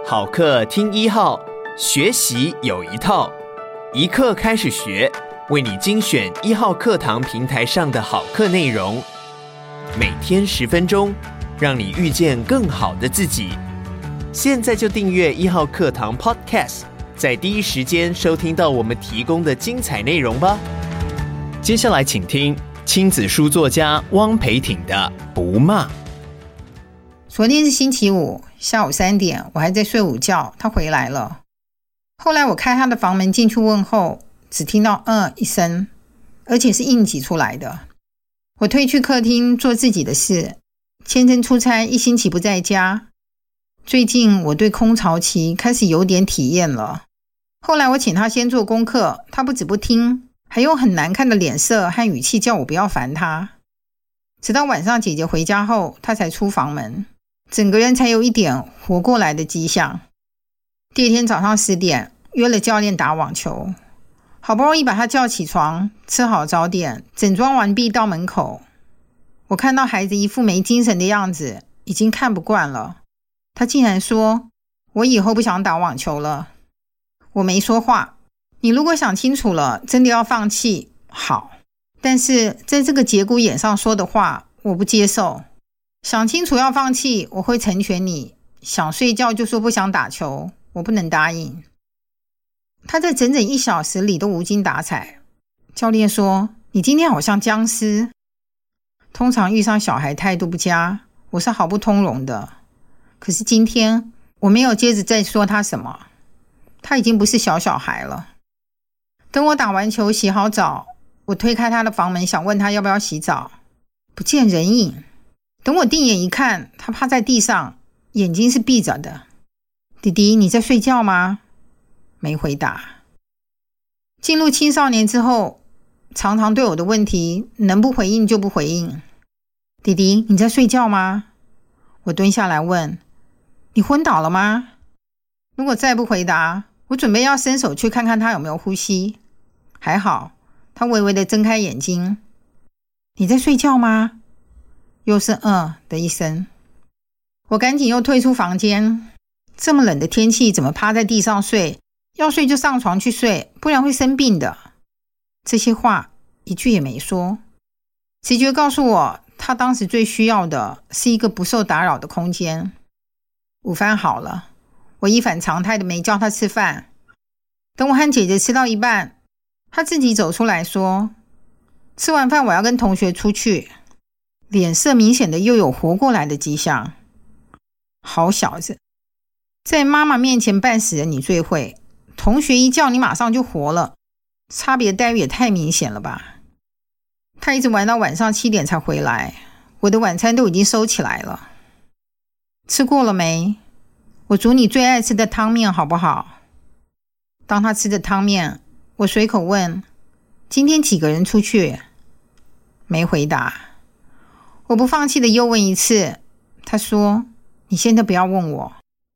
好课听一号，学习有一套，一课开始学，为你精选一号课堂平台上的好课内容，每天10分钟，让你遇见更好的自己。现在就订阅一号课堂 Podcast， 在第一时间收听到我们提供的精彩内容吧。接下来请听亲子书作家汪培挺的《不骂》。 昨天是星期五下午3点，我还在睡午觉，他回来了。后来我开他的房门进去问候，只听到一声，而且是硬挤出来的。我退去客厅做自己的事。先生出差1星期不在家，最近我对空巢期开始有点体验了。后来我请他先做功课，他不止不听，还用很难看的脸色和语气叫我不要烦他。直到晚上姐姐回家后，他才出房门，整个人才有一点活过来的迹象。第二天早上10点约了教练打网球，好不容易把他叫起床，吃好早点，整装完毕到门口。我看到孩子一副没精神的样子，已经看不惯了。他竟然说，我以后不想打网球了。我没说话。你如果想清楚了，真的要放弃，好。但是在这个节骨眼上说的话，我不接受。想清楚要放弃，我会成全你。想睡觉就说不想打球，我不能答应。他在整整1小时里都无精打采。教练说，你今天好像僵尸。通常遇上小孩态度不佳，我是毫不通融的。可是今天我没有接着再说他什么，他已经不是小孩了。等我打完球洗好澡，我推开他的房门，想问他要不要洗澡，不见人影。等我定眼一看，他趴在地上，眼睛是闭着的。弟弟，你在睡觉吗？没回答。进入青少年之后，常常对我的问题能不回应就不回应。弟弟，你在睡觉吗？我蹲下来问，你昏倒了吗？如果再不回答，我准备要伸手去看看他有没有呼吸。还好，他微微的睁开眼睛。你在睡觉吗？又是的一声。我赶紧又退出房间。这么冷的天气，怎么趴在地上睡？要睡就上床去睡，不然会生病的。这些话一句也没说。直觉告诉我，他当时最需要的是一个不受打扰的空间。午饭好了，我一反常态的没叫他吃饭。等我和姐姐吃到一半，他自己走出来说，吃完饭我要跟同学出去。脸色明显的又有活过来的迹象。好小子，在妈妈面前扮死人你最会，同学一叫你马上就活了，差别待遇也太明显了吧。他一直玩到晚上7点才回来，我的晚餐都已经收起来了。吃过了没？我煮你最爱吃的汤面好不好？当他吃着汤面，我随口问，今天几个人出去？没回答。我不放弃的又问一次，他说，你现在不要问我。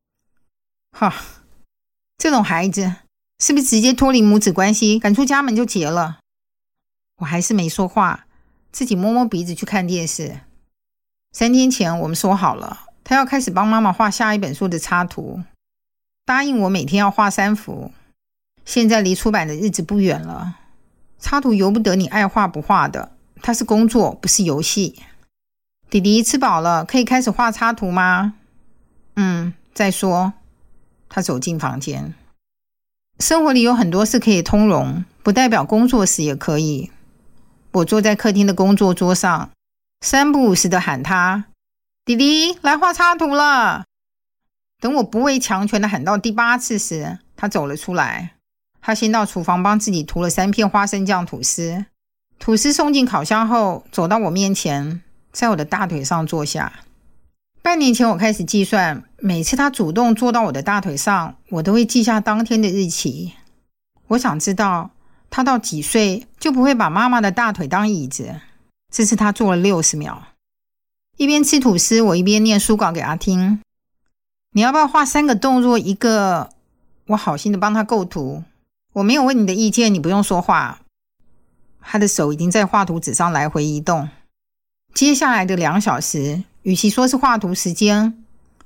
这种孩子是不是直接脱离母子关系，赶出家门就结了？我还是没说话，自己摸摸鼻子去看电视。3天前我们说好了，他要开始帮妈妈画下一本书的插图，答应我每天要画3幅。现在离出版的日子不远了，插图由不得你爱画不画的，它是工作，不是游戏。弟弟吃饱了，可以开始画插图吗？再说。他走进房间。生活里有很多事可以通融，不代表工作时也可以。我坐在客厅的工作桌上，3不5时的喊他，弟弟来画插图了。等我不畏强权的喊到第8次时，他走了出来。他先到厨房帮自己涂了3片花生酱吐司，吐司送进烤箱后，走到我面前，在我的大腿上坐下。半年前我开始计算，每次他主动坐到我的大腿上，我都会记下当天的日期。我想知道他到几岁就不会把妈妈的大腿当椅子。这次他做了60秒。一边吃吐司，我一边念书稿给他听。你要不要画3个动作一个？我好心的帮他构图。我没有问你的意见，你不用说话。他的手已经在画图纸上来回移动。接下来的2小时，与其说是画图时间，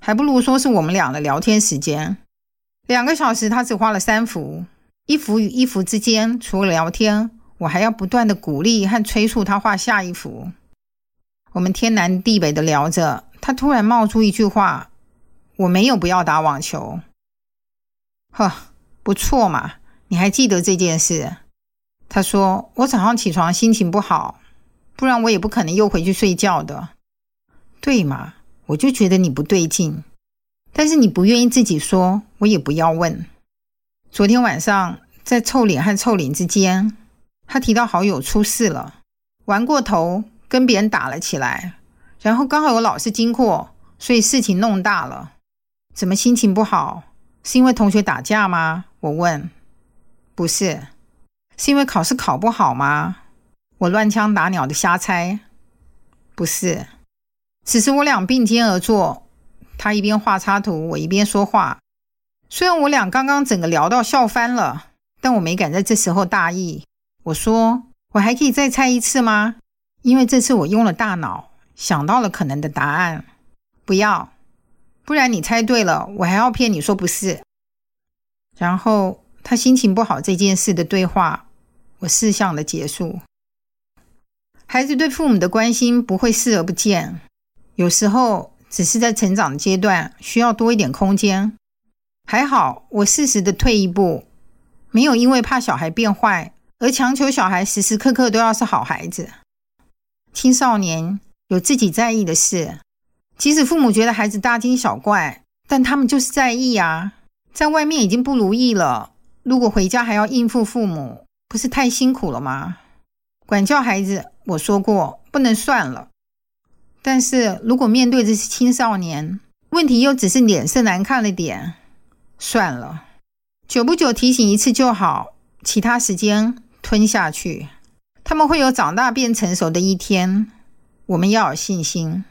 还不如说是我们俩的聊天时间。2个小时他只画了3幅，一幅与一幅之间除了聊天，我还要不断的鼓励和催促他画下一幅。我们天南地北的聊着，他突然冒出一句话：我没有不要打网球。呵，不错嘛，你还记得这件事。他说，我早上起床心情不好，不然我也不可能又回去睡觉的。对嘛，我就觉得你不对劲，但是你不愿意自己说，我也不要问。昨天晚上在臭脸和臭脸之间，他提到好友出事了，玩过头跟别人打了起来，然后刚好有老师经过，所以事情弄大了。怎么心情不好？是因为同学打架吗？我问。不是。是因为考试考不好吗？我乱枪打鸟的瞎猜。不是。此时我俩并肩而坐，他一边画插图，我一边说话。虽然我俩刚刚整个聊到笑翻了，但我没敢在这时候大意。我说，我还可以再猜一次吗？因为这次我用了大脑，想到了可能的答案。不要，不然你猜对了，我还要骗你说不是。然后他心情不好这件事的对话，我识相的结束。孩子对父母的关心不会视而不见，有时候只是在成长阶段需要多一点空间。还好我适时的退一步，没有因为怕小孩变坏而强求小孩时时刻刻都要是好孩子。青少年有自己在意的事，即使父母觉得孩子大惊小怪，但他们就是在意啊。在外面已经不如意了，如果回家还要应付父母，不是太辛苦了吗？管教孩子，我说过不能算了，但是如果面对的是青少年，问题又只是脸色难看了点，算了，久不久提醒一次就好，其他时间吞下去。他们会有长大变成熟的一天，我们要有信心。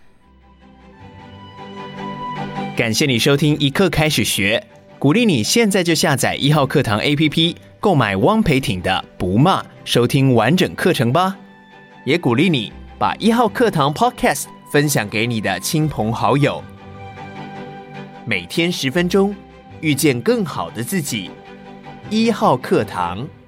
感谢你收听一课开始学，鼓励你现在就下载1号课堂 APP， 购买汪培挺的不骂，收听完整课程吧。也鼓励你把1号课堂 Podcast 分享给你的亲朋好友。每天10分钟，遇见更好的自己。1号课堂。